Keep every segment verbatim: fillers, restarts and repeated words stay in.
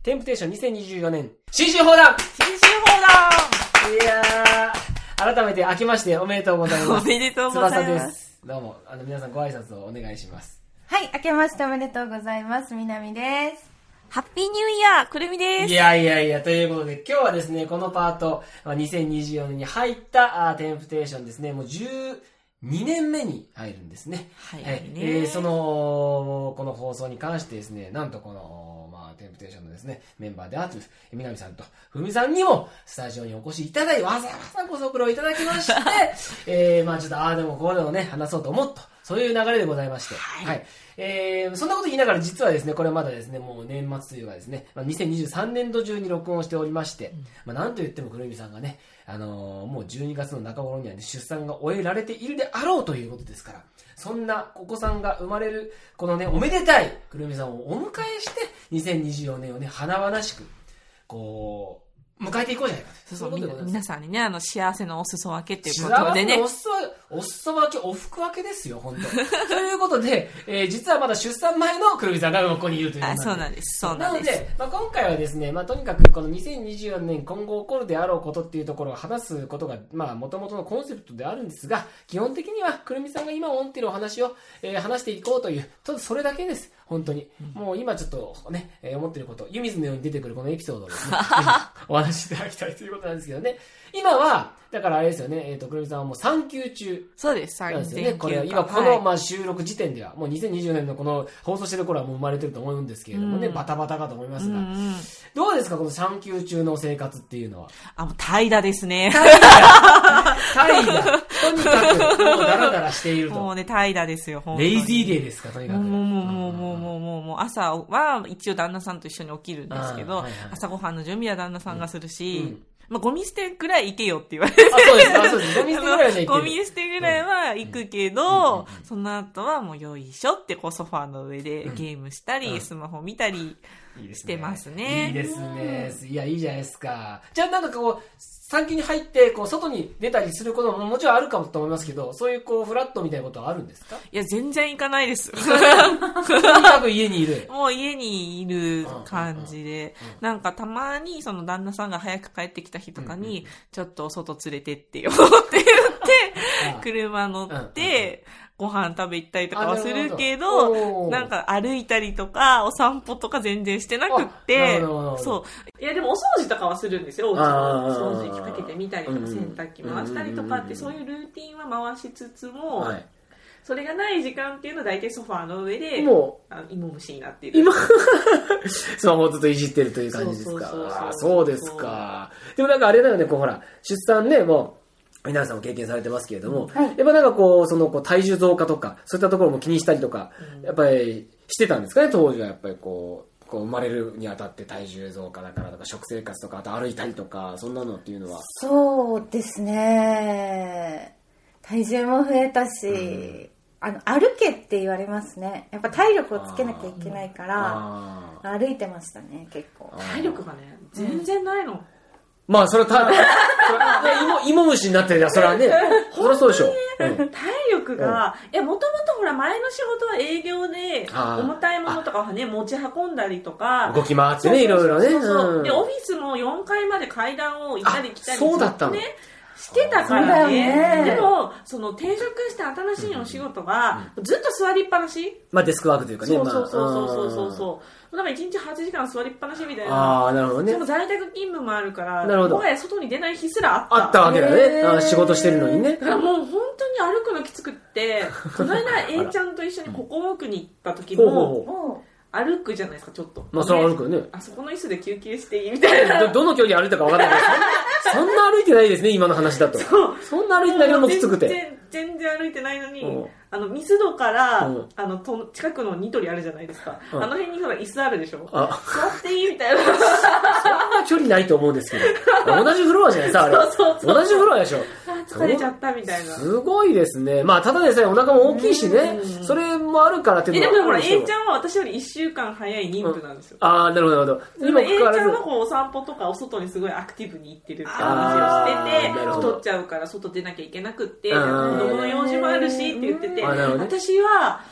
テンプテーションにせんにじゅうよねん新春放談新春放談いやー、改めて明けましておめでとうございます。 おめでとうございます。 翼です。どうも、あの皆さんご挨拶をお願いします。 はい、明けましておめでとうございます。みなみです。 ハッピーニューイヤー、くるみです。 いやいやいや、ということで今日はですね、このパート、にせんにじゅうよねんに入ったあテンプテーションですね、もうじゅうにねんめに入るんですね。 はい、 ねえー、その、この放送に関してですね、なんとこの、まあ、テンプテーションのですね、メンバーである、みなみさんとふみさんにも、スタジオにお越しいただいて、わざわざご足労いただきまして、えー、まあちょっと、ああでもこうでもね、話そうと思った。そういう流れでございまして。はい。はい、えー、そんなこと言いながら実はですね、これまだですね、もう年末というかですね、まあ、にせんにじゅうさんねん度中に録音しておりまして、うん、まあなんと言ってもくるみさんがね、あのー、もうじゅうにがつの中頃には、ね、出産が終えられているであろうということですから、そんなお子さんが生まれる、このね、おめでたいくるみさんをお迎えして、にせんにじゅうよねんをね、華々しく、こう、迎えていこうじゃないかと。 そうそう、そう皆さんにね、あの、幸せのお裾分けっていうことでね。 幸せのお裾分け、お裾分け、お服分けですよ、本当ということで、えー、実はまだ出産前のくるみさんがここにいるということなんで。あ、そうなんです。そうなんです。 なので、まあ、今回はですね、まあ、とにかくこのにせんにじゅうよねん今後起こるであろうことっていうところを話すことが、まあ、元々のコンセプトであるんですが、基本的にはくるみさんが今思っているお話を、えー、話していこうという、ただそれだけです。本当に。うん、もう今ちょっとね、えー、思っていること、湯水のように出てくるこのエピソードをですね、お話しいただきたいということなんですけどね。今は、だからあれですよね、えっ、ー、と、くるみさんはもう産休中。 そうです、 産休中。ね、これは今この、まあ、収録時点では、もうにせんにじゅうねんのこの放送してる頃はもう生まれてると思うんですけれどもね、うん、バタバタかと思いますが、うんうん、どうですか、この産休中の生活っていうのは。 あ、もう怠惰ですね。 怠惰怠惰とにかく、もうダラダラしていると。 もうね、怠惰ですよ、本当に。 レイジーデーですか、とにかく。 もう、もう、もう、もう、もう、もう、もう朝は一応旦那さんと一緒に起きるんですけど、はいはい、朝ごはんの準備は旦那さんがするし、うんうん、まあ、ゴミ捨てぐらい行けよって言われて。 あ、そうです。あ、そうです。ゴミ捨てぐらいは行ける。 ゴミ捨てぐらいは行くけど、うん、その後はもうよいしょってこうソファーの上でゲームしたり、うん、スマホ見たりしてますね。 いいですね。いや、いいじゃないですか。じゃあなんかこう、産休に入って、こう、外に出たりすることももちろんあるかもと思いますけど、そういうこう、フラットみたいなことはあるんですか？ いや、全然行かないです。とにかく家にいる。 もう家にいる感じで、なんかたまにその旦那さんが早く帰ってきた日とかに、ちょっと外連れてってよって言って、車乗って、ご飯食べ行ったりとかはするけど、なんか歩いたりとか、お散歩とか全然してなくって、そう。いやでもお掃除とかはするんですよ。お家の掃除機かけてみたりとか、洗濯機回したりとかって、そういうルーティンは回しつつも、はい、それがない時間っていうのは大体ソファーの上で、もう、あの芋虫になっている。 今、スマホずっといじってるという感じですか。あ、そうですか。でもなんかあれだよね、こうほら、出産ね、もう、皆さんも経験されてますけれども、はい、やっぱなんかこう、そのこう体重増加とか、そういったところも気にしたりとか、うん、やっぱりしてたんですかね、当時はやっぱりこう、こう生まれるにあたって体重増加だからとか、食生活とか、あと歩いたりとか、そんなのっていうのは。 そうですね。体重も増えたし、うん、あの、歩けって言われますね。やっぱ体力をつけなきゃいけないから、歩いてましたね、結構。 体力がね、全然ないの。うん、 まあ、それはた、芋、芋虫になってるじゃん、それはね。そりゃそうでしょ。 うん、体力が、いや、もともとほら、前の仕事は営業で、重たいものとかをね、持ち運んだりとか。 動き回ってね、いろいろね。 そうそう。で、オフィスもよんかいまで階段を行ったり来たり。 そうだったの。 ね。してたからね。でも、その転職して新しいお仕事が、ずっと座りっぱなし。 まあ、デスクワークというかね。 そうそうそうそうそうそう。だからいちにちはちじかん座りっぱなしみたいな。 ああ、なるほどね。 でも在宅勤務もあるから、もはや外に出ない日すらあった。 あったわけだね。あ、仕事してるのにね。 もう本当に歩くのきつくって、この間 A ちゃんと一緒にここ奥に行った時も、歩くじゃないですか、ちょっと。 まあ、それは歩くよね。 あそこの椅子で休憩していいみたいな。 ど、どの距離歩いたか分かんないけど、そんな歩いてないですね、今の話だと。そう。そんな歩いてないのもきつくて。 全然、全然歩いてないのに、あの、ミスドから、あの、と近くのニトリあるじゃないですか。あの辺にほら椅子あるでしょ。座っていいみたいな。そんな距離ないと思うんですけど。同じフロアじゃないですか、あれ。そうそうそう。同じフロアでしょ。 疲れちゃったみたいな。 すごいですね。まあ、ただでさえお腹も大きいしね。それもあるからっていうのは。 え、でもほら、A ちゃんは私よりいっしゅうかん早い妊婦なんですよ。 ああ、なるほど、なるほど。 今 A ちゃんはこうお散歩とかお外にすごいアクティブに行ってるって話をしてて、太っちゃうから外出なきゃいけなくって、子供の用事もあるしって言ってて、私は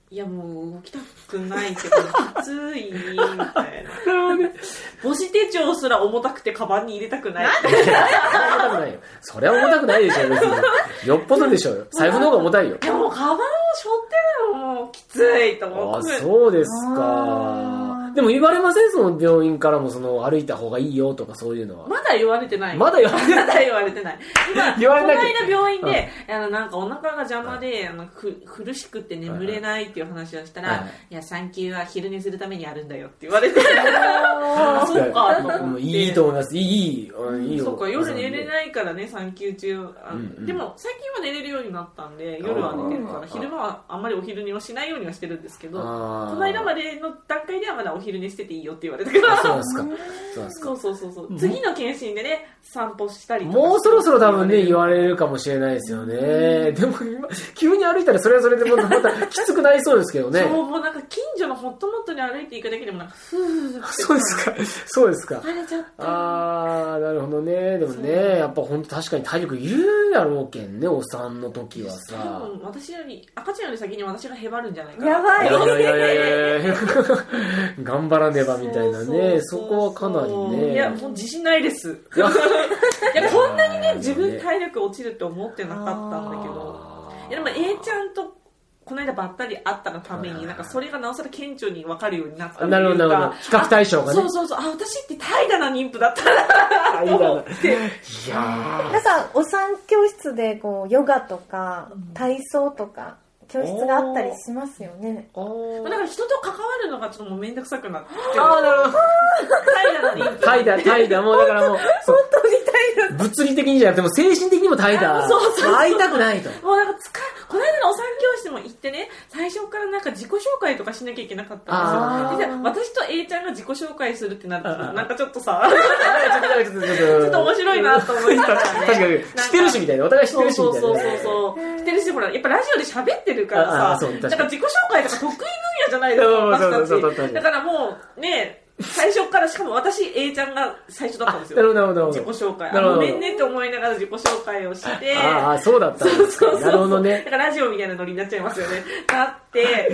いやもう動きたくないけどきついみたいな母子手帳すら重たくてカバンに入れたくない重たくないよ。それは重たくないでしょ別に。よっぽどでしょうよ。財布の方が重たいよ。 いやもうカバンを背負ってるのもきついと思って。 あ、そうですか。でも言われません？その病院からもその歩いた方がいいよとかそういうのは。 まだ言われてない。 まだ言われてない。 まだ言われてない。今、 言われなきゃこの間病院で、うん、あのなんかお腹が邪魔で、あのく苦しくて眠れないっていう話をしたら、はいはい、いや産休は昼寝するためにあるんだよって言われて。あ、そうかと思って。 いいと思います。いい、いい、いいよ。 そうか、夜寝れないからね、産休中。あ、うんうん、でも最近は寝れるようになったんで、夜は寝てるから、昼間はあんまりお昼寝をしないようにはしてるんですけど、この間までの段階ではまだお昼寝してていいよって言われたけど。 そうですか。そうですか。 そうそうそうそう。次の検診でね、散歩したりとか。 もうそろそろ多分ね、言われるかもしれないですよね。でも今、急に歩いたらそれはそれでまたきつくなりそうですけどね。 そう、もうなんか近所のホットモットに歩いていくだけでもなんか、ふーって。 そうですか。そうですか。 疲れちゃった。 あー、なるほどね。でもね、やっぱ本当確かに体力いるやろうけんね、お産の時はさ。 多分私より、赤ちゃんより先に私がへばるんじゃないかな。 やばい。 いやいやいやいやいや頑張らねばみたいなね。そこはかなりね。 いや、もう自信ないです。いや、こんなにね、自分体力落ちるって思ってなかったんだけど。いや、でも A ちゃんとこの間ばったり会ったがために、なんかそれがなおさら顕著に分かるようになったっていうか。 なるほど、なるほど。比較対象がね。 そうそうそう。あ、私って怠惰な妊婦だったなと思って。いやー。なんか、お産教室でこう、ヨガとか、体操とか、教室があったりしますよね。 だから人と関わるのがちょっともうめんどくさくなって。 ああ、なるほど。 怠惰な妊婦。 怠惰、怠惰。もうだからもう、 本当に怠惰。 物理的にじゃなくても精神的にも怠惰。 そうそうそう。 会いたくないと。 もうなんか疲れ、この間のお産教室も行ってね、最初からなんか自己紹介とかしなきゃいけなかったんですよ。で私と A ちゃんが自己紹介するってなったら、なんかちょっとさ、ちょっと面白いなと思いながらね。 確かに、知ってるしみたいな。お互い知ってるしみたいな。 そうそうそうそう。知ってるし、ほら、やっぱラジオで喋ってるからさ、だから自己紹介とか得意分野じゃないですか、私たち。だからもう、ね、最初から、しかも私、A ちゃんが最初だったんですよ。 なるほど、なるほど。 自己紹介。あ、ごめんねって思いながら自己紹介をして。 ああ、そうだったんですか。そうそうそう。なるほどね。 だからラジオみたいなノリになっちゃいますよね。だって。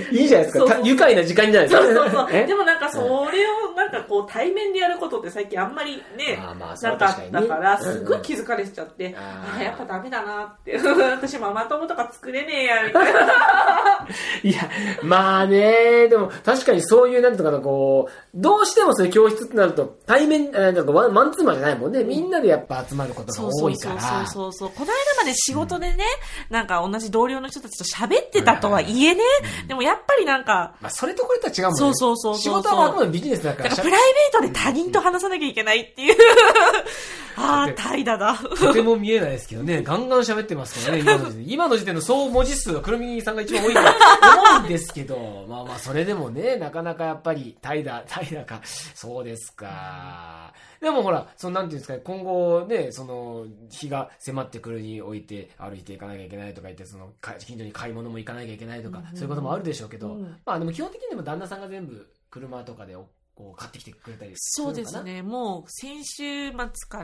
いいじゃないですか。愉快な時間じゃないですか。 そうそうそう。でもなんかそれをなんかこう対面でやることって最近あんまりね、なかったから、すっごい気づかれちゃって、ああ、やっぱダメだなって。私ママ友とか作れねえや、みたいな。 いや、まあね、でも確かにそういう、なんとかのこう、どうしてもそういう教室ってなると、対面、なんかマンツーマンじゃないもんね。みんなでやっぱ集まることが多いから。 そうそうそうそう。この間まで仕事でね、うん、なんか同じ同僚の人たちと喋ってたとはいえね、うん、でもやっぱりなんか、 まあそれとこれとは違うもんね。 そうそうそうそう。 仕事はあくまでビジネスだから。 だからプライベートで他人と話さなきゃいけないっていう。ああ、怠惰だ。 とても見えないですけどね、ガンガン喋ってますからね、今の時点で。今の時点の総文字数はくるみさんが一番多いと思うんですけど、まあまあそれでもね、なかなかやっぱり怠惰、怠惰か。そうですか。でもほら、そのなんていうんですかね、今後ね、その日が迫ってくるにおいて歩いていかなきゃいけないとか言って、その近所に買い物も行かなきゃいけないとか、うんうん、そういうこともあるでしょうけど、うん、まあでも基本的にでも旦那さんが全部車とかでこう買ってきてくれたりするのかな。 そうですね。もう先週末から、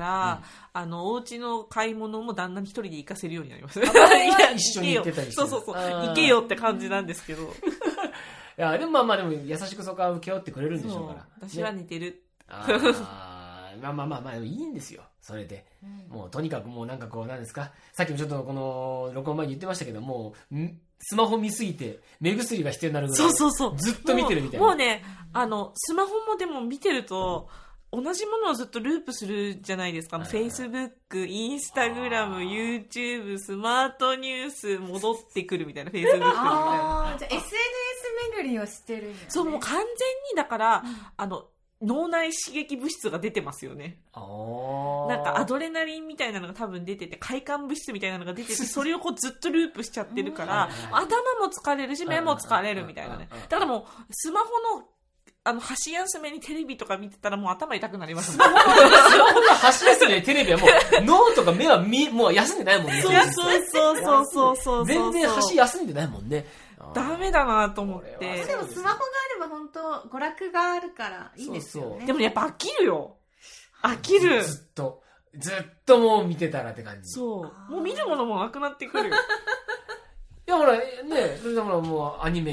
うん、あのお家の買い物も旦那に一人で行かせるようになりました。 いや一緒に行ってたりして。 そうそうそう。行けよって感じなんですけど。 いやでもまあまあでも優しくそこは請け負ってくれるんでしょうから。 私は似てる。 あまあまあまあまあでもいいんですよ。それで、うん、もうとにかくもうなんかこうなんですか。さっきもちょっとこの録音前に言ってましたけどもう。スマホ見すぎて目薬が必要になるぐらいそうそうそうずっと見てるみたいな。 もう、もうね、あのスマホもでも見てると、うん、同じものをずっとループするじゃないですか。フェイスブック、インスタグラム、ユーチューブ、スマートニュース戻ってくるみたいなフェイスブックみたいな。 ああ、じゃあ エスエヌエス 巡りをしてるんだ、ね。 そうもう完全にだから、うん、あの。脳内刺激物質が出てますよね。あなんかアドレナリンみたいなのが多分出てて、快感物質みたいなのが出てて、それをこうずっとループしちゃってるから、頭も疲れるし、目も疲れるみたいなね。だからもう、スマホの、あの、箸休めにテレビとか見てたらもう頭痛くなりますもん。 スマホの箸休めにテレビはもう、脳とか目はみもう休んでないもんね。 そうそうそうそうそう。 全然箸休んでないもんね。 ダメだなと思って。 でもスマホがあれば本当娯楽があるからいいですよね。そうそうでもやっぱ飽きるよ。飽きる。 ずっとずっともう見てたらって感じ。 そう。もう見るものもなくなってくるよ。 いやほらね、それだからもうアニメ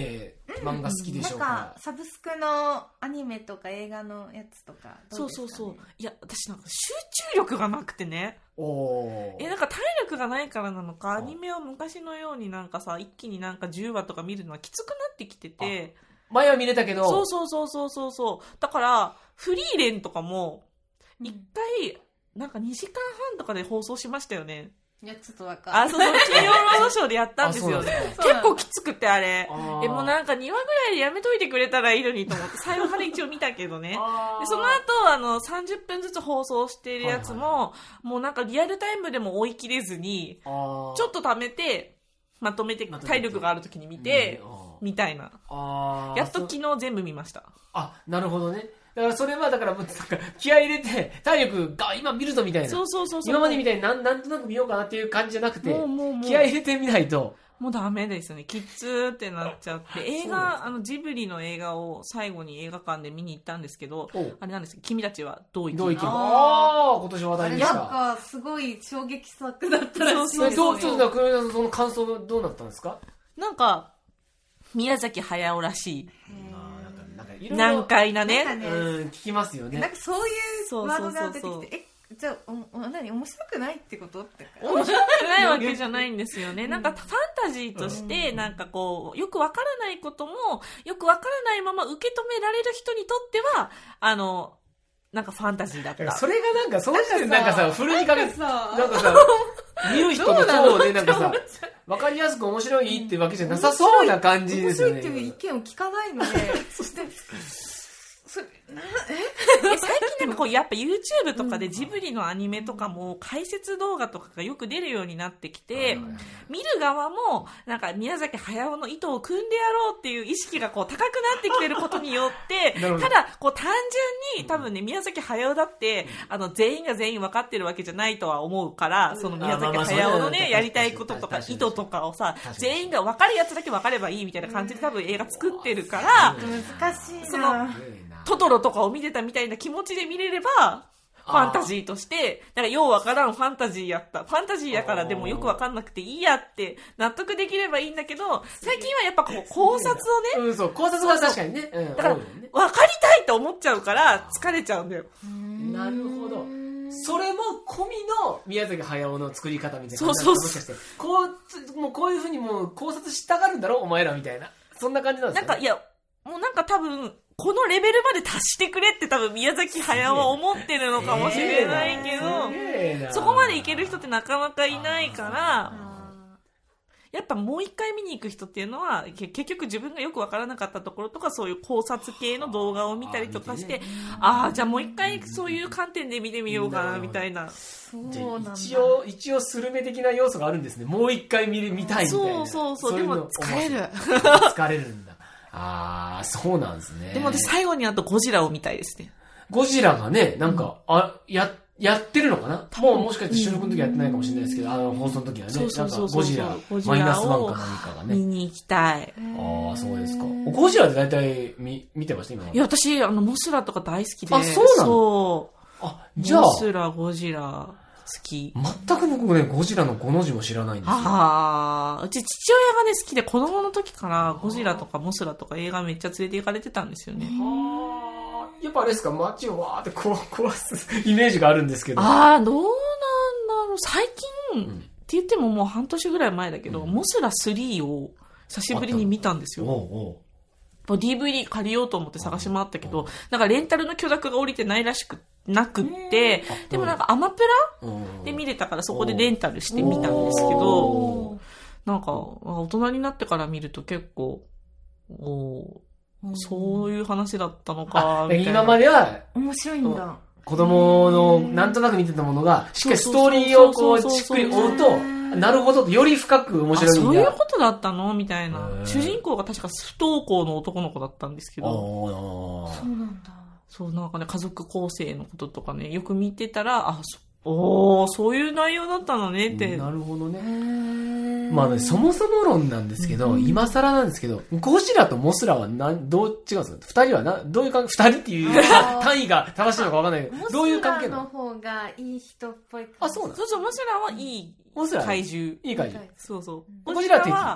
漫画好きでしょうか。 なんかサブスクのアニメとか映画のやつとかどうですかね。 そうそうそう。いや、私なんか集中力がなくてね。 おえ、なんか体力がないからなのか、アニメを昔のようになんかさ、一気になんかじゅうわとか見るのはきつくなってきてて。 前は見れたけど。 そうそうそうそうそうそう。だから、フリーレンとかも、一回、なんかにじかんはんとかで放送しましたよね。 いや、ちょっとわかんない。 あ、そうそう、金曜ロードショーでやったんですよ。結構きつくて、あれ。 あえ、もうなんかにわぐらいでやめといてくれたらいいのにと思って、最後まで一応見たけどね。でその後、あの、さんじゅっぷんずつ放送しているやつも、はいはい、もうなんかリアルタイムでも追い切れずに、ちょっと貯めて、まとめて、体力がある時に見て、みたいな。やっと昨日全部見ました。 あ、なるほどね。だからそれはだからなんか気合い入れて体力が今見るぞみたいな。 そうそうそうそう。 今までみたいになんなんとなく見ようかなっていう感じじゃなくて、もうもうもう気合い入れてみないと。 もうダメですね。きつーってなっちゃって。映画、あのジブリの映画を最後に映画館で見に行ったんですけど、あれなんですけど、君たちはどう生きる？ どう生きる？ああ、今年話題でした。 なんかすごい衝撃作だったらしいですね。 どうちょっと黒田さんその感想どうなったんですか？ なんか宮崎駿らしい。難解なね。 なんかね、うん、聞きますよね。 なんかそういうワードが出てきて、え、じゃあ、お、何、面白くないってことって。 面白くないわけじゃないんですよね。なんかファンタジーとして、なんかこう、よくわからないことも、よくわからないまま受け止められる人にとっては、あの、なんかファンタジーだった。 それがなんか、その時点なんかさ、古いかげつ、なんかさ、見る人の層をね、なんかさ、わかりやすく面白いってわけじゃなさそうな感じですよね。 面白いっていう意見を聞かないので、そして、それえ最近なんかこうやっぱ YouTube とかでジブリのアニメとかも解説動画とかがよく出るようになってきて、うん、見る側もなんか宮崎駿の意図を組んでやろうっていう意識がこう高くなってきてることによってただこう単純に多分ね宮崎駿だってあの全員が全員分かってるわけじゃないとは思うからその宮崎駿のねやりたいこととか意図とかをさ全員が分かるやつだけ分かればいいみたいな感じで多分映画作ってるから難しいなそのトトロとかを見てたみたいな気持ちで見れればファンタジーとしてなんかようわからんファンタジーやったファンタジーやからでもよくわかんなくていいやって納得できればいいんだけど最近はやっぱこう考察をね、 うん、そう考察は確かにね、うん、 だから分かりたいと思っちゃうから疲れちゃうんだよ。 なるほど。それも込みの宮崎駿の作り方みたいな感じそうそうもしかしてこうもうこういうふうにもう考察したがるんだろお前らみたいなそんな感じなんですか、ね、 なんかいやもうなんか多分このレベルまで達してくれって多分宮崎駿は思ってるのかもしれないけどそこまでいける人ってなかなかいないからやっぱもう一回見に行く人っていうのは結局自分がよくわからなかったところとかそういう考察系の動画を見たりとかしてああじゃあもう一回そういう観点で見てみようかなみたいなそうなん一応一応スルメ的な要素があるんですね。もう一回見る見たいみたいなそうそうそうでも疲れる疲れるんだ。ああ、そうなんですね。 でも私最後にあとゴジラを見たいですね。 ゴジラがね、なんか、うん、あ、や、やってるのかなもうもしかして収録の時やってないかもしれないですけど、うん、あの放送の時はね、そうそうそうそうなんかゴジラ、マイナスワンか何かがね。 見に行きたい。 ああ、そうですか。ゴジラって大体見、見てました今。 いや、私、あの、モスラとか大好きで。 あ、そうなのそう。 あ、じゃあ。 モスラ、ゴジラ。好き。 全く僕ね、ゴジラのごの字も知らないんですよ。 ああ、うち父親がね、好きで子供の時からゴジラとかモスラとか映画めっちゃ連れて行かれてたんですよね。 はあ。やっぱあれですか、街をわーって壊すイメージがあるんですけど。 ああ、どうなんだろう。最近、うん、って言ってももう半年ぐらい前だけど、うん、モスラスリーを久しぶりに見たんですよ。おうおうディーブイディー 借りようと思って探し回ったけど、なんかレンタルの許諾が降りてないらしくなくって、でもなんかアマプラで見れたからそこでレンタルしてみたんですけど、なんか大人になってから見ると結構、おそういう話だったのかみたいな。 今までは面白いんだ。 子供のなんとなく見てたものが、しっかりストーリーをこうじっくり追うと、なるほど、より深く面白いんだ。 そういうことだったのみたいな。主人公が確か不登校の男の子だったんですけど。 そうなんだ。 そう、なんかね、家族構成のこととかね、よく見てたら、あ、そおー、そういう内容だったのねって。 なるほどね。まあね、そもそも論なんですけど、うん、今更なんですけど、ゴジラとモスラはなんどう違うんですか？二人はな、どういう関係？二人っていう単位が正しいのかわかんないけど、どういう関係なの？ モスラの方がいい人っぽい感じ。 あ、そうなの？ そうそう、モスラはいい怪獣。 いい怪獣。 そうそう。 ゴジラは敵。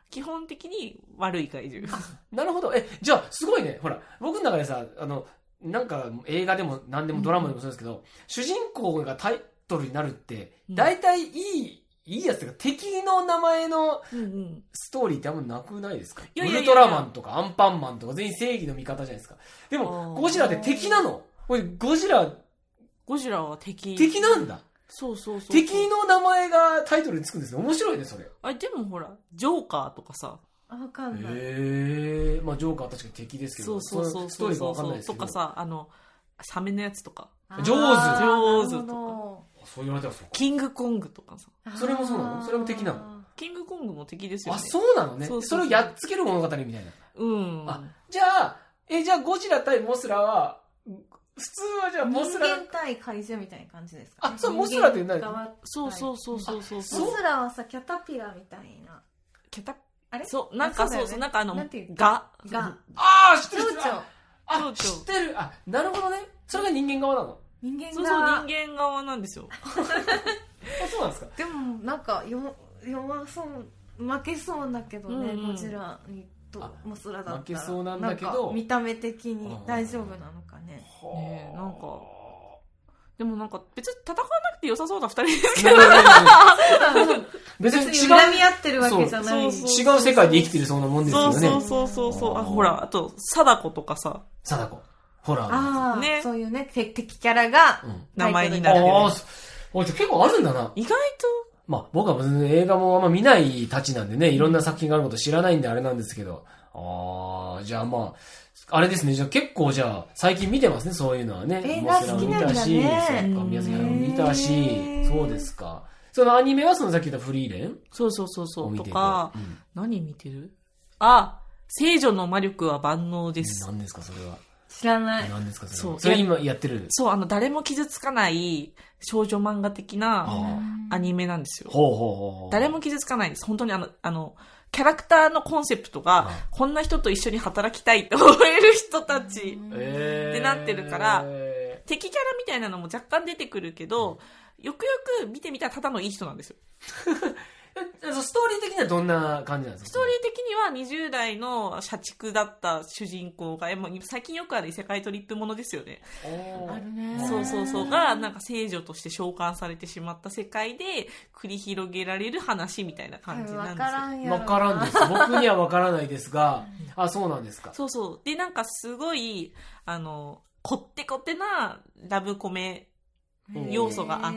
基本的に悪い怪獣。 なるほど。え、じゃあ、すごいね。ほら、僕の中でさ、あの、なんか映画でも何でもドラマでもそうですけど、うん、主人公がタイトルになるって、大体いい、うん、いいやつというか、敵の名前のストーリーってあんまなくないですか？いやいやいやいや、ウルトラマンとかアンパンマンとか全員正義の味方じゃないですか。でも、ゴジラって敵なの？これゴジラ、 ゴジラは敵。 敵なんだ。 そうそうそう。 敵の名前がタイトルにつくんですね。面白いね、それ。 あ、でもほら、ジョーカーとかさ。 わかんない。 へー。まあ、ジョーカーは確かに敵ですけど、 そうそうそう。 ストーリーがわかんないですけど。 とかさ、あの、サメのやつとか。 ジョーズ。 ジョーズとか。 そう言われたらそうか。 キングコングとかさ。 それもそうなの？それも敵なの？ キングコングも敵ですよね。 あ、そうなのね。そうそうそう。それをやっつける物語みたいな。 うん。 あ、じゃあ、え、じゃあゴジラ対モスラは、普通はじゃあモスラ。 人間対怪獣みたいな感じですか？ あ、そう、モスラって何？ そうそうそうそうそう。モスラはさ、キャタピラみたいな。 キャタあれそう、なんかそうそう、なんかあの、 なんていうガ。 ガ。 あー、知ってる。 蝶々。 あ、知ってる。あ、なるほどね。それが人間側なの？ 人間側。 そうそう、人間側なんですよ。 あ、そうなんですか？ でも、なんか、よ、弱そう、負けそうだけどね、ゴジラに。とモスラだったら負けそうなんだけど見た目的に大丈夫なのかね。 ねえ、なんかでもなんか別に戦わなくて良さそうな二人ですけど別に違う恨み合ってるわけじゃない。 違う世界で生きてるそうなもんですよね。 そうそうそうそう。あ、ほら、あと貞子とかさ。 貞子。ほら。 ああ、ね、そういうね敵キャラが名前になる。 ああ、結構あるんだな。 意外と。 まあ僕は別に映画もあんま見ないたちなんでね、いろんな作品があること知らないんであれなんですけど。ああ、じゃあまあ、あれですね、じゃあ結構じゃあ最近見てますね、そういうのはね。 映画好きなんだね。 そうか、宮崎駿も見たし、そうですか。そのアニメはそのさっき言ったフリーレン？ そうそうそうそう。とか、うん、何見てる？あ、聖女の魔力は万能です。 何ですか、それは。 知らない。 何ですか、それは。そう。それ今やってる。 そう、あの、誰も傷つかない少女漫画的なアニメなんですよ。 ほうほうほうほう。 誰も傷つかないんです。本当にあの、あの、キャラクターのコンセプトが、こんな人と一緒に働きたいって思える人たちってなってるから、敵キャラみたいなのも若干出てくるけど、よくよく見てみたらただのいい人なんですよ。 ストーリー的にはどんな感じなんですか？ ストーリー的にはにじゅう代の社畜だった主人公が、最近よくある異世界トリップものですよね。 あるね。 そうそうそう。が、なんか聖女として召喚されてしまった世界で繰り広げられる話みたいな感じなんですよ。 わからんやろ。 わからんです。僕にはわからないですが、あ、そうなんですか。 そうそう。で、なんかすごい、あの、こってこってなラブコメ要素があって、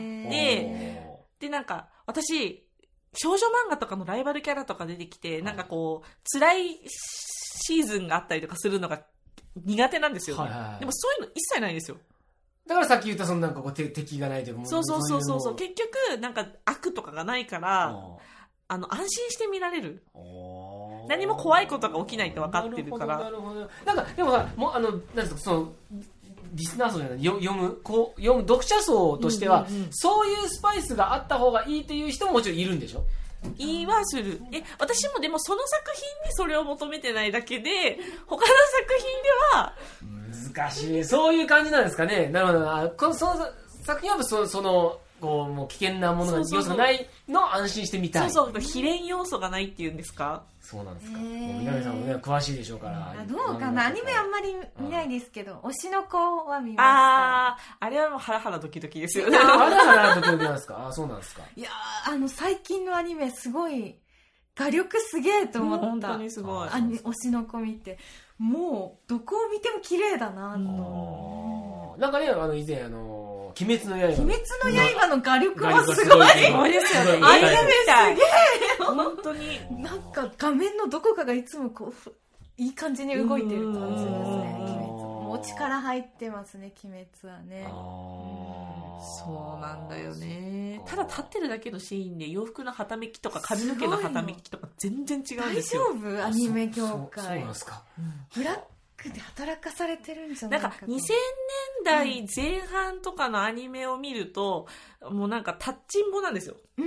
で、なんか、私、少女漫画とかのライバルキャラとか出てきて、なんかこう、辛いシーズンがあったりとかするのが苦手なんですよ、ね。はいはいはい、でもそういうの一切ないんですよ。 だからさっき言ったそのなんかこう敵がないというか、 そうそうそうそうそう。結局、なんか悪とかがないから、あの、安心して見られる。何も怖いことが起きないって分かってるから。 なるほど、なるほど。なんか、でもさ、もうあの、なんですか、その、リスナー層じゃない、読む、こう、読む読者層としては、うんうんうん、そういうスパイスがあった方がいいっていう人ももちろんいるんでしょ？ 言いはする。え、私もでもその作品にそれを求めてないだけで、他の作品では、難しい。そういう感じなんですかね。なるほど。あ、この、その作品はそ、その、こう、もう危険なものが、要素がないのを安心してみたい。 そうそう。非連要素がないっていうんですか？ そうなんですか。もう南さんもね、詳しいでしょうから。 どうかな、アニメあんまり見ないですけど、推しの子は見ました。 ああ、あれはもうハラハラドキドキですよね。 ハラハラドキドキなんですか？あ、そうなんですか。 いやー、あの、最近のアニメすごい、画力すげえと思った。 本当にすごい。 あに推しの子見て。もう、どこを見ても綺麗だなと。 なんかね、あの、以前、あの、鬼滅の刃。 鬼滅の刃の画力はすごい。すごいですよね。アニメすげえよ。 本当に。 なんか画面のどこかがいつもこう、いい感じに動いてる感じですね、鬼滅。もう力入ってますね、鬼滅はね。 そうなんだよね。ただ立ってるだけのシーンで洋服のはためきとか髪の毛のはためきとか全然違うんですよ。 大丈夫？アニメ業界。 そうなんですか。 ブラックで働かされてるんじゃないかと。 なんかにせんねんだいぜん半とかのアニメを見ると、もうなんかタッチンボなんですよ。 うん。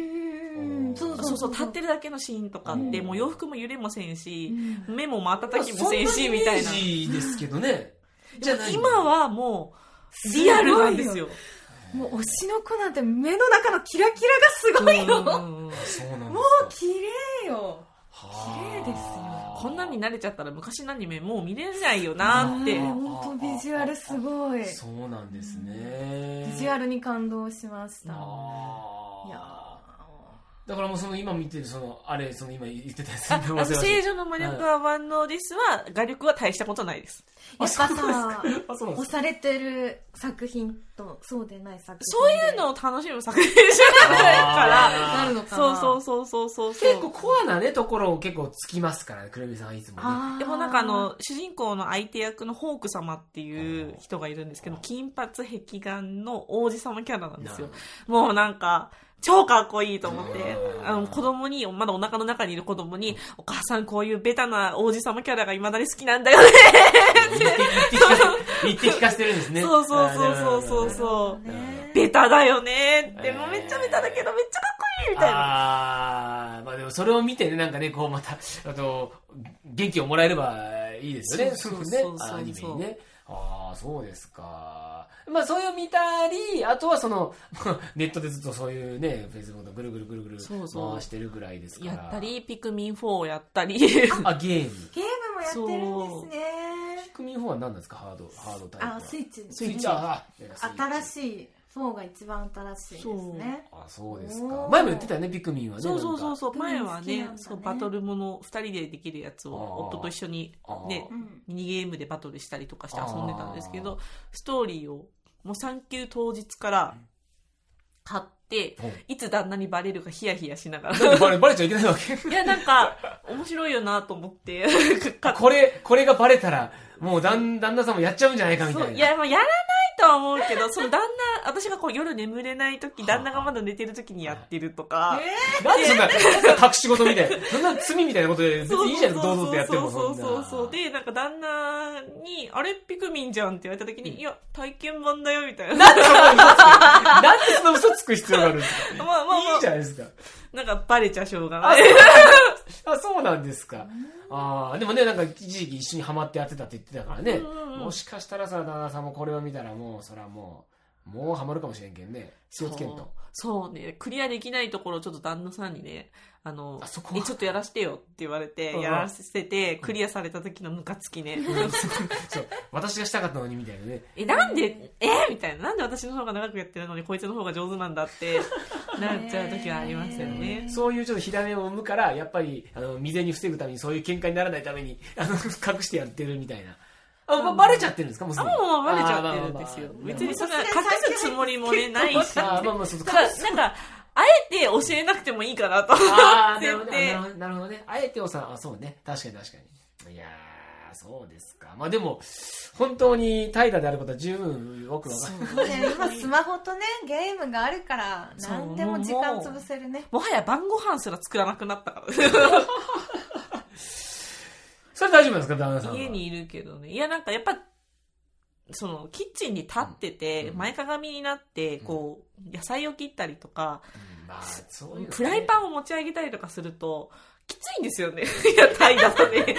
そうそうそう。立ってるだけのシーンとかって、もう洋服も揺れもせんし、目も瞬きもせんし、みたいな。 イメージですけどね。 じゃあ今はもう、リアルなんですよ。 もう推しの子なんて目の中のキラキラがすごいよ。 そうなんですか。 もう綺麗よ。 綺麗ですよ。 こんなに慣れちゃったら昔のアニメもう見れないよなって。 本当ビジュアルすごい。 そうなんですね。 ビジュアルに感動しました。 あいやだからもうその今見てるそのあれその今言ってたやつああ聖女の魔力は万能ですは画力は大したことないです。 やっぱさ押されてる作品とそうでない作品そういうのを楽しむ作品じゃないからなるのかな。 そうそうそうそうそう結構コアなねところを結構つきますからねくるみさんはいつもね。 でもなんかあの主人公の相手役のホーク様っていう人がいるんですけど金髪壁眼の王子様キャラなんですよ。もうなんか超かっこいいと思って、あの子供に、まだお腹の中にいる子供に、お母さんこういうベタな王子様キャラが未だに好きなんだよねって言って聞かせてるんですね。 そうそうそうそうそうそう。ベタだよねって、もうめっちゃベタだけどめっちゃかっこいいみたいな。 ああ、まあでもそれを見てね、なんかね、こうまた、あと、元気をもらえればいいですよね、 そうそうねそうそうアニメにね。ああ、そうですか。まあそういう見たり、あとはその、ネットでずっとそういうね、フェイスブックぐるぐるぐるぐる回してるぐらいですから。 やったり、ピクミンフォーをやったり。 あ、ゲーム。 ゲームもやってるんですね。 ピクミンフォーは何ですか、ハード、ハードタイプは。 あ、スイッチ。 スイッチ、あ、 新しい。フォーが一番新しいですね。 あ、そうですか。前も言ってたよね、ピクミンはね。 そうそうそうそう。前はね、そうバトルものふたりでできるやつを夫と一緒にね、ミニゲームでバトルしたりとかして遊んでたんですけど、ストーリーをもう産休当日から買って、いつ旦那にバレるかヒヤヒヤしながら。 なんでバレ、バレちゃいけないわけ？ いや、なんか、面白いよなと思って。 これ、これがバレたら、もう旦旦那さんもやっちゃうんじゃないかみたいな。 いや、まあ、やらないとは思うけど、その旦那、私がこう夜眠れない時、旦那がまだ寝てる時にやってるとか。 えー、なんでそんな、隠し事みたいな。そんな罪みたいなことで、別にいいじゃん、堂々とやってもそんな。 そうそうそうそう。で、なんか旦那に、あれピクミンじゃんって言われた時に、いや、体験版だよ、みたいな。 なんでそんな嘘つくなんでそんな嘘つく必要があるんですか？まあまあまあ。いいじゃないですか。 なんかバレちゃしょうがない。 あ、そうなんですか。ああ、でもね、なんか一時期一緒にハマってやってたって言ってたからね。もしかしたらさ、旦那さんもこれを見たらもう、それはもう、もうハマるかもしれんけんね。気をつけんと。 そうね、クリアできないところをちょっと旦那さんにね、あの、 あそこえ、ちょっとやらしてよって言われて、やらせて、クリアされた時のムカつきね。 そう、私がしたかったのにみたいなね。 え、なんで、えみたいな。なんで私の方が長くやってるのに、こいつの方が上手なんだって、なっちゃう時はありますよね。 そういうちょっと火種を生むから、やっぱり、あの、未然に防ぐために、そういう喧嘩にならないために、あの、隠してやってるみたいな。あ、ま、バレちゃってるんですかもうすでに。 あ、もうバレちゃってるんですよ。別にそんな隠すつもりもね、ないし。 あ、まあまあ、そうただ、なんか、あえて教えなくてもいいかなと思ってて。 なるほどね。あえておさん、あ、そうね。確かに確かに。いやー、そうですか。まあでも、本当に怠惰であることは十分よくわかる。 そうね、今スマホとね、ゲームがあるから、何でも時間潰せるね。 もはや晩ご飯すら作らなくなったから。 それ大丈夫ですか、旦那さんは。 家にいるけどね。いや、なんかやっぱ、その、キッチンに立ってて、前かがみになって、こう、野菜を切ったりとか、 まあ、そういう、 フライパンを持ち上げたりとかすると、きついんですよね。いや、タイだとね。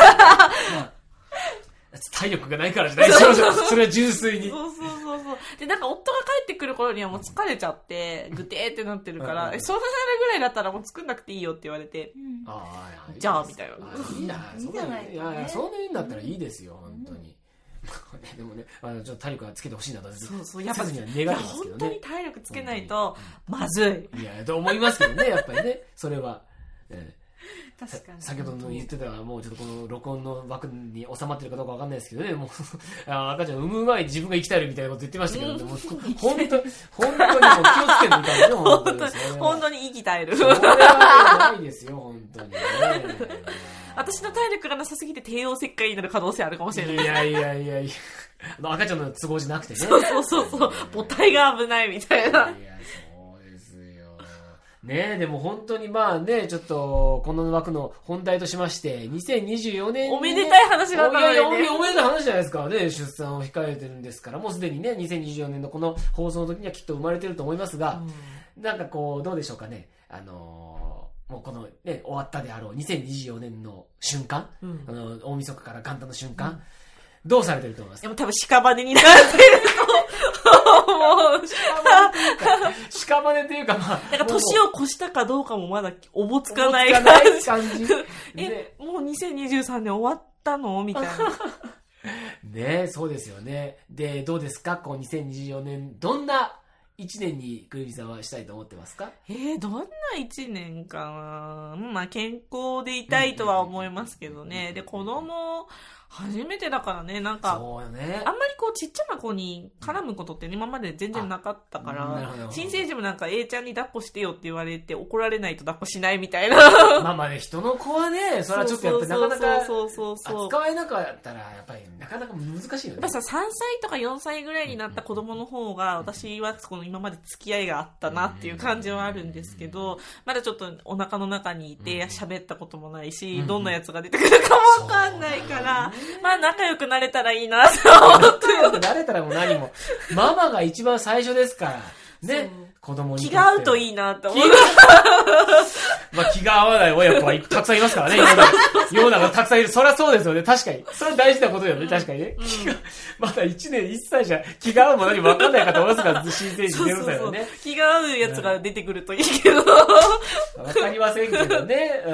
体力がないからじゃないでしょ。それは純粋に。 そうそうそうそう。で、なんか夫が帰ってくる頃にはもう疲れちゃって、ぐてーってなってるから、え、そうなるぐらいだったらもう作んなくていいよって言われて、うん、あじゃあ、みたいな。 いいな、いいじゃない。いやいや、そういうんだったらいいですよ、本当に。でもね、あのちょっと体力はつけてほしいなとそうそう、やっぱには願ってますけどね。 本当に体力つけないとまずい。いや、と思いますけどね、やっぱりね、それは。えー確かに先ほどの言ってたもうちょっとこの録音の枠に収まってるかどうかわかんないですけどね、もう赤ちゃん産む前に自分が生きたいみたいなこと言ってましたけど、うん、もう本当に本当にもう気をつけるみたいなね、 本当に本当に生きたえる。 それはないですよ、本当にね。 私の体力がなさすぎて帝王切開になる可能性あるかもしれない。 いやいやいやいや、赤ちゃんの都合じゃなくてね。 そうそうそうそう、母体が危ないみたいな。いやそうですよ。ねえ、でも本当にまあね、ちょっと、この枠の本題としまして、にせんにじゅうよねんに、ね、 おめでたい話だったのに、ね。 おめでたい話じゃないですか。ね、出産を控えてるんですから、もうすでにね、にせんにじゅうよねんのこの放送の時にはきっと生まれてると思いますが、うん、なんかこう、どうでしょうかね。あのー、もうこのね、終わったであろうにせんにじゅうよねんの瞬間、うん、あの大晦日から元旦の瞬間、 どうされてると思いますか？ でも多分屍になってると思う。 屍というか、まあ。 なんか年を越したかどうかもまだおぼつかない感じ。感じえ、もうにせんにじゅうさんねん終わったのみたいな。 ね、そうですよね。で、どうですかこうにせんにじゅうよねん、どんないちねんにくるみさんはしたいと思ってますか？ えー、どんないちねんかな。まあ健康でいたいとは思いますけどね。で、子供初めてだからね、なんか、 そうよね。 あんまりこうちっちゃな子に絡むことって今まで全然なかったから、新生児もなんか A ちゃんに抱っこしてよって言われて怒られないと抱っこしないみたいな。 まあまあね、人の子はね、それはちょっとやっぱりなかなか扱えなかったら、やっぱりなかなか難しいよね。 やっぱさ、さんさいとかよんさいぐらいになった子供の方が、私はこの今まで付き合いがあったなっていう感じはあるんですけど、まだちょっとお腹の中にいて喋ったこともないし、どんなやつが出てくるかもわかんないから、まあ仲良くなれたらいいなと思って。 仲良くなれたらもう何も。ママが一番最初ですから。ね。子供に。 気が合うといいなと思って。 まあ気が合わない親子はたくさんいますからね。世の中、世の中たくさんいる。そりゃそうですよね。確かに。それは大事なことよね。確かにね。うん、気が、まだいちねんいっさいじゃ気が合うも何も分かんない方おますから、新生児ゼロさいはね。そうそうそう気が合うやつが出てくるといいけど。わかりませんけどね。うん。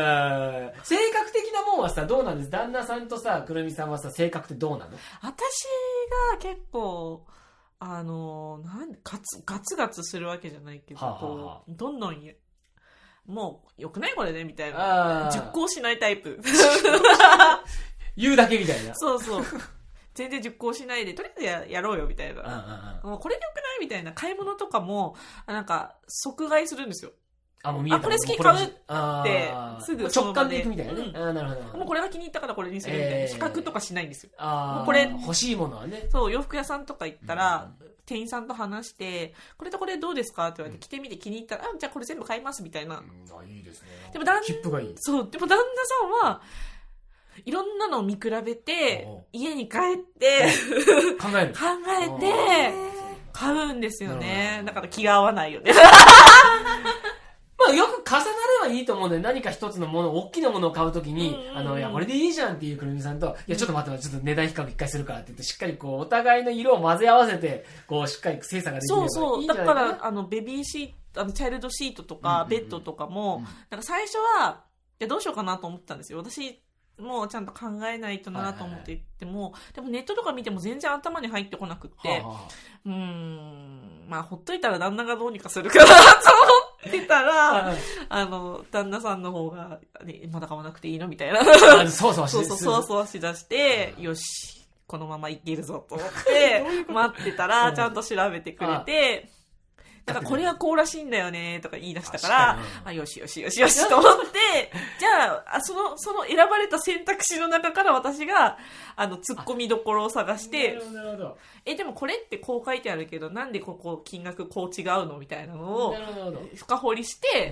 性格的なもんはさ、どうなんです？旦那さんとさ、くるみさんはさ、性格ってどうなの？ 私が結構、あの、なんガツ、ガツガツするわけじゃないけど、はあはあ、こう、どんどん、もう、良くないこれねみたいな。熟考しないタイプ。 言うだけみたいな。 そうそう。全然熟考しないで、とりあえず や, やろうよみたいな。 ああもうこれで良くないみたいな。買い物とかも、なんか、即買いするんですよ。 あ、もう見えた。 あ、これ好き買うって、すぐ直感でいくみたいなね。うん、あなるほど。 もうこれが気に入ったからこれにするみたいな。えー、比較とかしないんですよ。 あもうこれ、 欲しいものはね。 そう、洋服屋さんとか行ったら、うん、店員さんと話して、これとこれどうですかって言われて、着てみて気に入ったら、あ、じゃあこれ全部買いますみたいな。うん、 あ、いいですね。 でも旦那、 切符がいい。 そう、でも旦那さんは、いろんなのを見比べて、家に帰って、 考える。 考えて、買うんですよね。だから気が合わないよね。 まあよく重なればいいと思うんだよ。何か一つのもの、大きなものを買うときに、うんうん、あの、いや、これでいいじゃんっていうくるみさんと、いや、ちょっと待って、ちょっと値段比較一回するからって言って、しっかりこう、お互いの色を混ぜ合わせて、こう、しっかり精査ができればいいんじゃないかな。そうそう。だから、あの、ベビーシート、あの、チャイルドシートとか、ベッドとかも、うんうん、なんか最初は、いや、どうしようかなと思ってたんですよ。私、もうちゃんと考えないとなと思って言っても、はいはいはい、でもネットとか見ても全然頭に入ってこなくって、はあはあ、うーん、まあほっといたら旦那がどうにかするかなと思ってたら、はい、あの、旦那さんの方が、ね、まだ買わなくていいのみたいな。 そうそうそうそう、そうそうしだして、よし、このままいけるぞと思って、待ってたら、ちゃんと調べてくれて、だからこれはこうらしいんだよねとか言い出したから、あ、よしよしよしよしと思って、じゃあ、その、その選ばれた選択肢の中から私が、あの、突っ込みどころを探して、 なるほど。 え、でもこれってこう書いてあるけど、なんでここ金額こう違うのみたいなのを、深掘りして、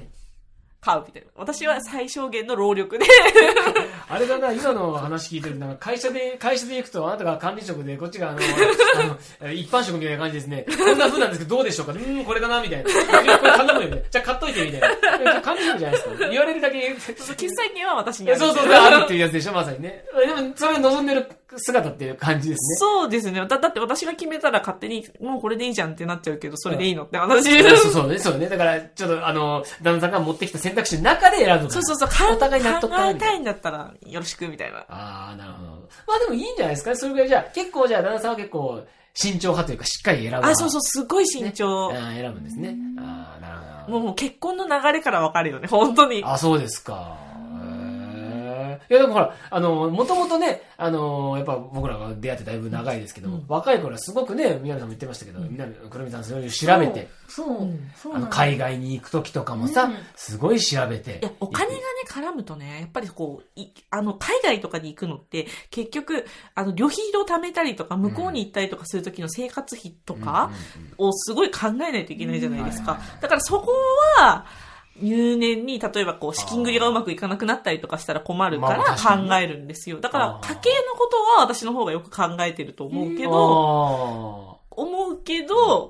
買うみたいな。私は最小限の労力であれだな、今の話聞いてるなんか会社で、会社で行くとあなたが管理職で、こっちがあの、あの一般職みたいな感じですね。こんな風なんですけどどうでしょうか、うーん、これかなみたいな。これ買んなもんよね。じゃあ買っといてみたいな。管理職じゃないですか。言われるだけ。 決済権は私にある。 そうそうそう、あるっていうやつでしょ、まさにね。でも、それ望んでる姿っていう感じですね。 そうですね。だ、だって私が決めたら勝手に、もうこれでいいじゃんってなっちゃうけど、それでいいのって話。 そうそうね、そうね。だから、ちょっとあの、旦那さんが持ってきた選択肢の中で選ぶ。 そうそうそう、お互い納得考えたいんだったら、よろしくみたいな。 ああ、なるほど。まあでもいいんじゃないですか。それぐらいじゃあ、結構じゃあ旦那さんは結構、慎重派というか、しっかり選ぶ。 あ、そうそう、すごい慎重。 ね、選ぶんですね。ああ、なるほど。もう結婚の流れから分かるよね、本当に。 あ、そうですか。いや、でもほら、あの、もともとね、あの、やっぱ僕らが出会ってだいぶ長いですけど、うん、若い頃はすごくね、みなみさんも言ってましたけど、みなみ、くるみさんそれを調べて、 そう、 そう、あの、海外に行くときとかもさ、うん、すごい調べて。 いや、お金がね、絡むとね、やっぱりこう、いあの、海外とかに行くのって、結局、あの、旅費を貯めたりとか、向こうに行ったりとかするときの生活費とかをすごい考えないといけないじゃないですか。だからそこは、入念に、例えばこう、資金繰りがうまくいかなくなったりとかしたら困るから考えるんですよ。だから、家計のことは私の方がよく考えてると思うけど、思うけど、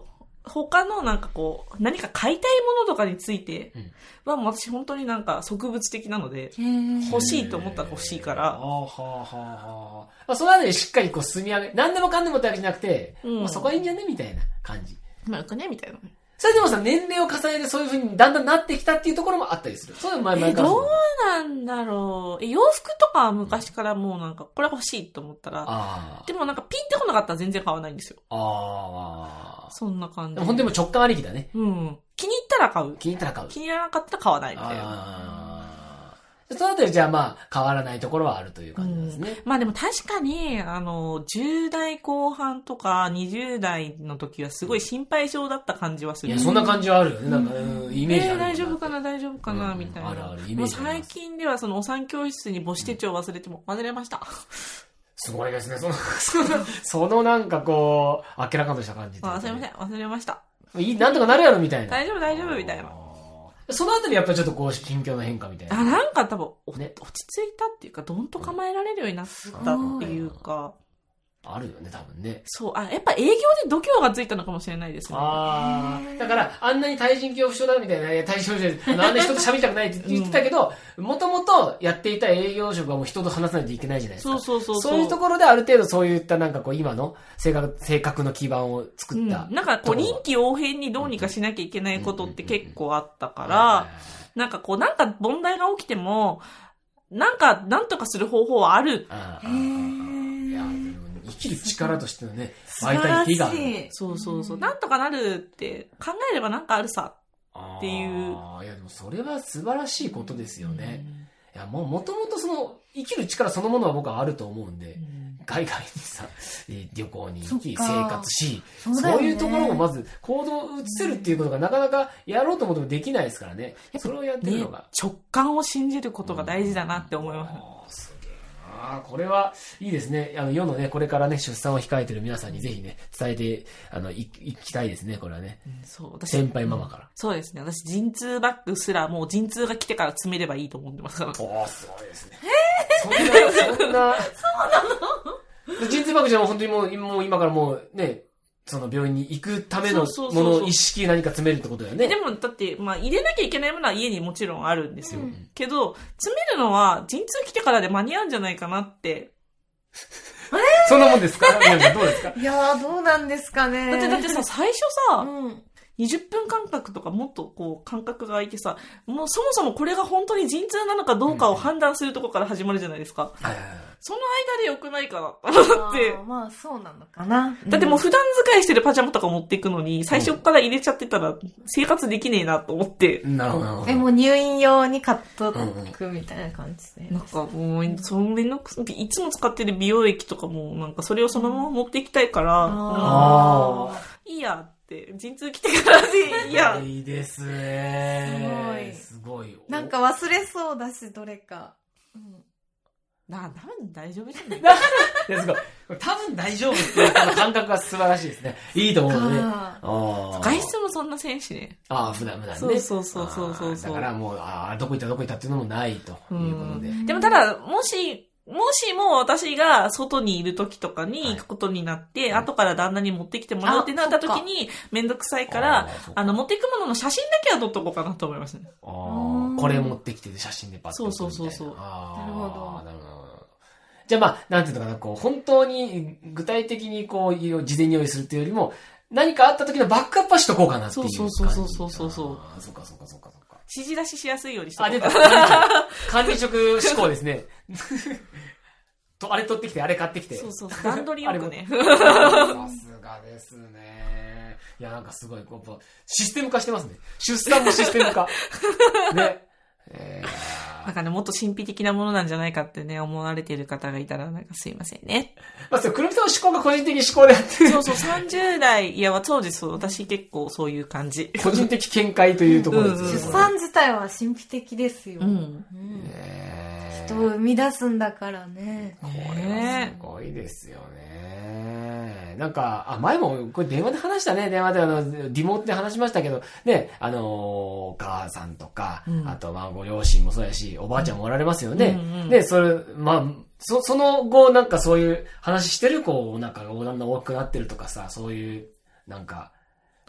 他のなんかこう、何か買いたいものとかについては、もう私本当になんか植物的なので、欲しいと思ったら欲しいから。はあ、はあ、はあ、はあ。そのあたりしっかりこう住み上げ、何でもかんでもってわけじゃなくて、うん、まあ、そこはいいんじゃねみたいな感じ。 まあ、よくねみたいな。 それでもさ、年齢を重ねてそういう風にだんだんなってきたっていうところもあったりする。そういう前々から。 どうなんだろう。洋服とかは昔からもうなんか、これ欲しいと思ったら、でもなんかピンってこなかったら全然買わないんですよ。ああ。そんな感じ。 ほんでも直感ありきだね。 うん。気に入ったら買う。 気に入ったら買う。 気に入らなかったら買わないみたいな。 あそのあたりじゃあまあ変わらないところはあるという感じですね。 うん、まあでも確かに、あの、じゅう代後半とかにじゅう代の時はすごい心配性だった感じはする。 いや、そんな感じはあるよね。なんか、うん、イメージある、 えー。大丈夫かな大丈夫かな、うん、みたいな。あるある、イメージある。最近ではそのお産教室に母子手帳忘れても忘れました。 すごいですね。その、そのなんかこう、あっけらかんとした感じ。 忘れません。忘れました。 いい、なんとかなるやろみたいな。 大丈夫大丈夫みたいな。 そのあたりやっぱりちょっとこう、心境の変化みたいな。 あ、なんか多分、ね、落ち着いたっていうか、どんと構えられるようになったっていうか。 あるよね、多分ね。 そう、あ、やっぱ営業で度胸がついたのかもしれないですね。 ああ。だから、あんなに対人恐怖症だみたいな、いや、対人恐怖症で、あんなに人と喋りたくないって言ってたけど、もともとやっていた営業職はもう人と話さないといけないじゃないですか。 そうそうそうそう。そういうところである程度そういったなんかこう、今の性格、性格の基盤を作った、 うん。なんかこう、臨機応変にどうにかしなきゃいけないことって結構あったから、なんかこう、なんか問題が起きても、なんか、なんとかする方法はある。 ああ。いや、生きる力としてのね、バイタリティがある。 そうそうそう。なんとかなるって考えればなんかあるさっていう。 ああ、いやでもそれは素晴らしいことですよね。いや、もうもともとその、生きる力そのものは僕はあると思うんで、うん、海外にさ、旅行に行き、生活し、そう、ね、そういうところをまず行動を移せるっていうことがなかなかやろうと思ってもできないですからね。それをやってるのが、ね。 直感を信じることが大事だなって思います。 うんああ、これはいいですね。あの、世のね、これからね、出産を控えてる皆さんにぜひね、伝えて、あの、い、いきたいですね、これはね。うん、そう、私。先輩ママから、うん。 そうですね。私、陣痛バッグすら、もう陣痛が来てから詰めればいいと思ってますから。 おー、すごいですね。えー、そんな、そんな。そうなの陣痛バッグじゃもう本当にもう、もう今からもうね、その病院に行くためのものを意識何か詰めるってことだよね。 でも、だって、まあ、入れなきゃいけないものは家にもちろんあるんですよ。うん、けど、詰めるのは、陣痛来てからで間に合うんじゃないかなって。 そんなもんですか皆さんどうですかいやー、どうなんですかね。 だって、だってさ、最初さ、うん、にじゅっぷん間隔とかもっとこう、間隔が空いてさ、もうそもそもこれが本当に陣痛なのかどうかを判断するところから始まるじゃないですか。うん、その間でよくないかなと思って。 あまあ、そうなのかな。 だってもう普段使いしてるパジャマとか持っていくのに、最初から入れちゃってたら生活できねえなと思って。 うん、なるほど。 え、もう入院用に買っとくみたいな感じで。 なんかもう、それの、いつも使ってる美容液とかも、なんかそれをそのまま持っていきたいから、ああいいや。陣痛来てからでいやいいですねすごいすごいなんか忘れそうだしどれか、うん、 な多分大丈夫じゃないいやすごい多分大丈夫っていう感覚が素晴らしいですねいいと思うね外出もそんなせんしねああ普段普段ねそうそうそうそうそうだからもうああどこ行ったどこ行ったっていうのもないということででもただもしもしも私が外にいる時とかに行くことになって、はい、後から旦那に持ってきてもらうってなった時にめんどくさいから、あ, あの持っていくものの写真だけは撮っとこうかなと思いますね。 あこれ持ってきて写真でパッと撮るみたいな。 そうそうそうそう。 なるほど。なるほど。じゃあまあ、なんていうのかな、こう、本当に具体的にこう、事前に用意するっていうよりも、何かあった時のバックアップはしとこうかなっていう感じ。 そうそうそうそうそうそう。 あそうかそうかそうかそうか。 指示出ししやすいようにしとこう。 あ、出た。管理職思考ですね。と、あれ取ってきて、あれ買ってきて。 そうそう、段取りよくね。 さすがですね。いや、なんかすごい、こう、システム化してますね。出産もシステム化。ね。えー、なんかね、もっと神秘的なものなんじゃないかってね、思われている方がいたら、なんかすいませんね。 まあ、それ、くるみさんの思考が個人的思考でやってる。 そうそう、さんじゅう代、いや、そうです、私結構そういう感じ。 個人的見解というところです、ね。 出産自体は神秘的ですよ。うん。うん人を生み出すんだからね。 これはすごいですよね。なんか、あ、前もこれ電話で話したね。電話であの、リモートで話しましたけど、ね、あのー、お母さんとか、うん、あとまあご両親もそうやし、おばあちゃんもおられますよね。うんうん、で、それ、まあ、そ、その後なんかそういう話してる、こう、なんかおだんだん大きくなってるとかさ、そういう、なんか、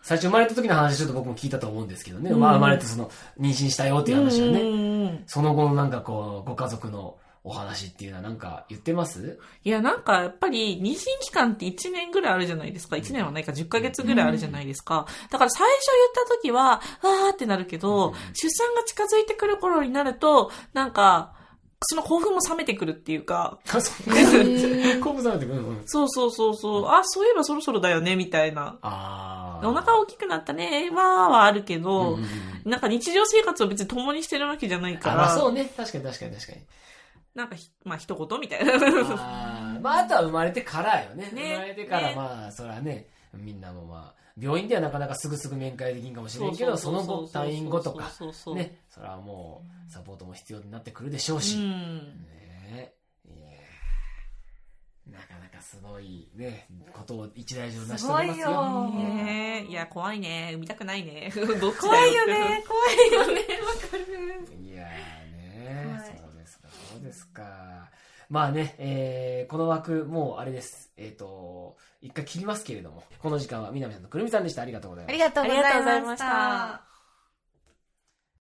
最初生まれた時の話ちょっと僕も聞いたと思うんですけどね。うん、まあ生まれてその、妊娠したよっていう話はね。うん、その後のなんかこう、ご家族のお話っていうのはなんか言ってます？ いや、なんかやっぱり妊娠期間っていちねんぐらいあるじゃないですか。いちねんはないかじゅっかげつぐらいあるじゃないですか。だから最初言った時は、わーってなるけど、出産が近づいてくる頃になると、なんか、その興奮も冷めてくるっていうか。 あ、そう。興奮冷めてくる、うん、 そうそうそうそう。あ、そういえばそろそろだよね、みたいな。 あお腹大きくなったね、わーはあるけど、うんうんうん、なんか日常生活を別に共にしてるわけじゃないから。 あ、そうね。確かに確かに確かに。 なんかひ、まあ一言みたいな。 あまあ、あとは生まれてからよね。 ね生まれてから、ね、まあ、それはね、みんなもまあ、病院ではなかなかすぐすぐ面会できんかもしれんけど、その後、退院後とか、ね、それはもう、サポートも必要になってくるでしょうし。うん、ね、いやなかなかすごいね、ことを一大事を成しておりますよ。すごいよ。 ね、いや、怖いね。産みたくないね。どっちだよ。 怖いよね。怖いよね。わかる。 いやーね、はい、そうですか、そうですか。まあね、えー、この枠、もうあれです。えっ、ー、と、一回切りますけれども、この時間は南さんとくるみさんでした。ありがとうございました。 ありがとうございました。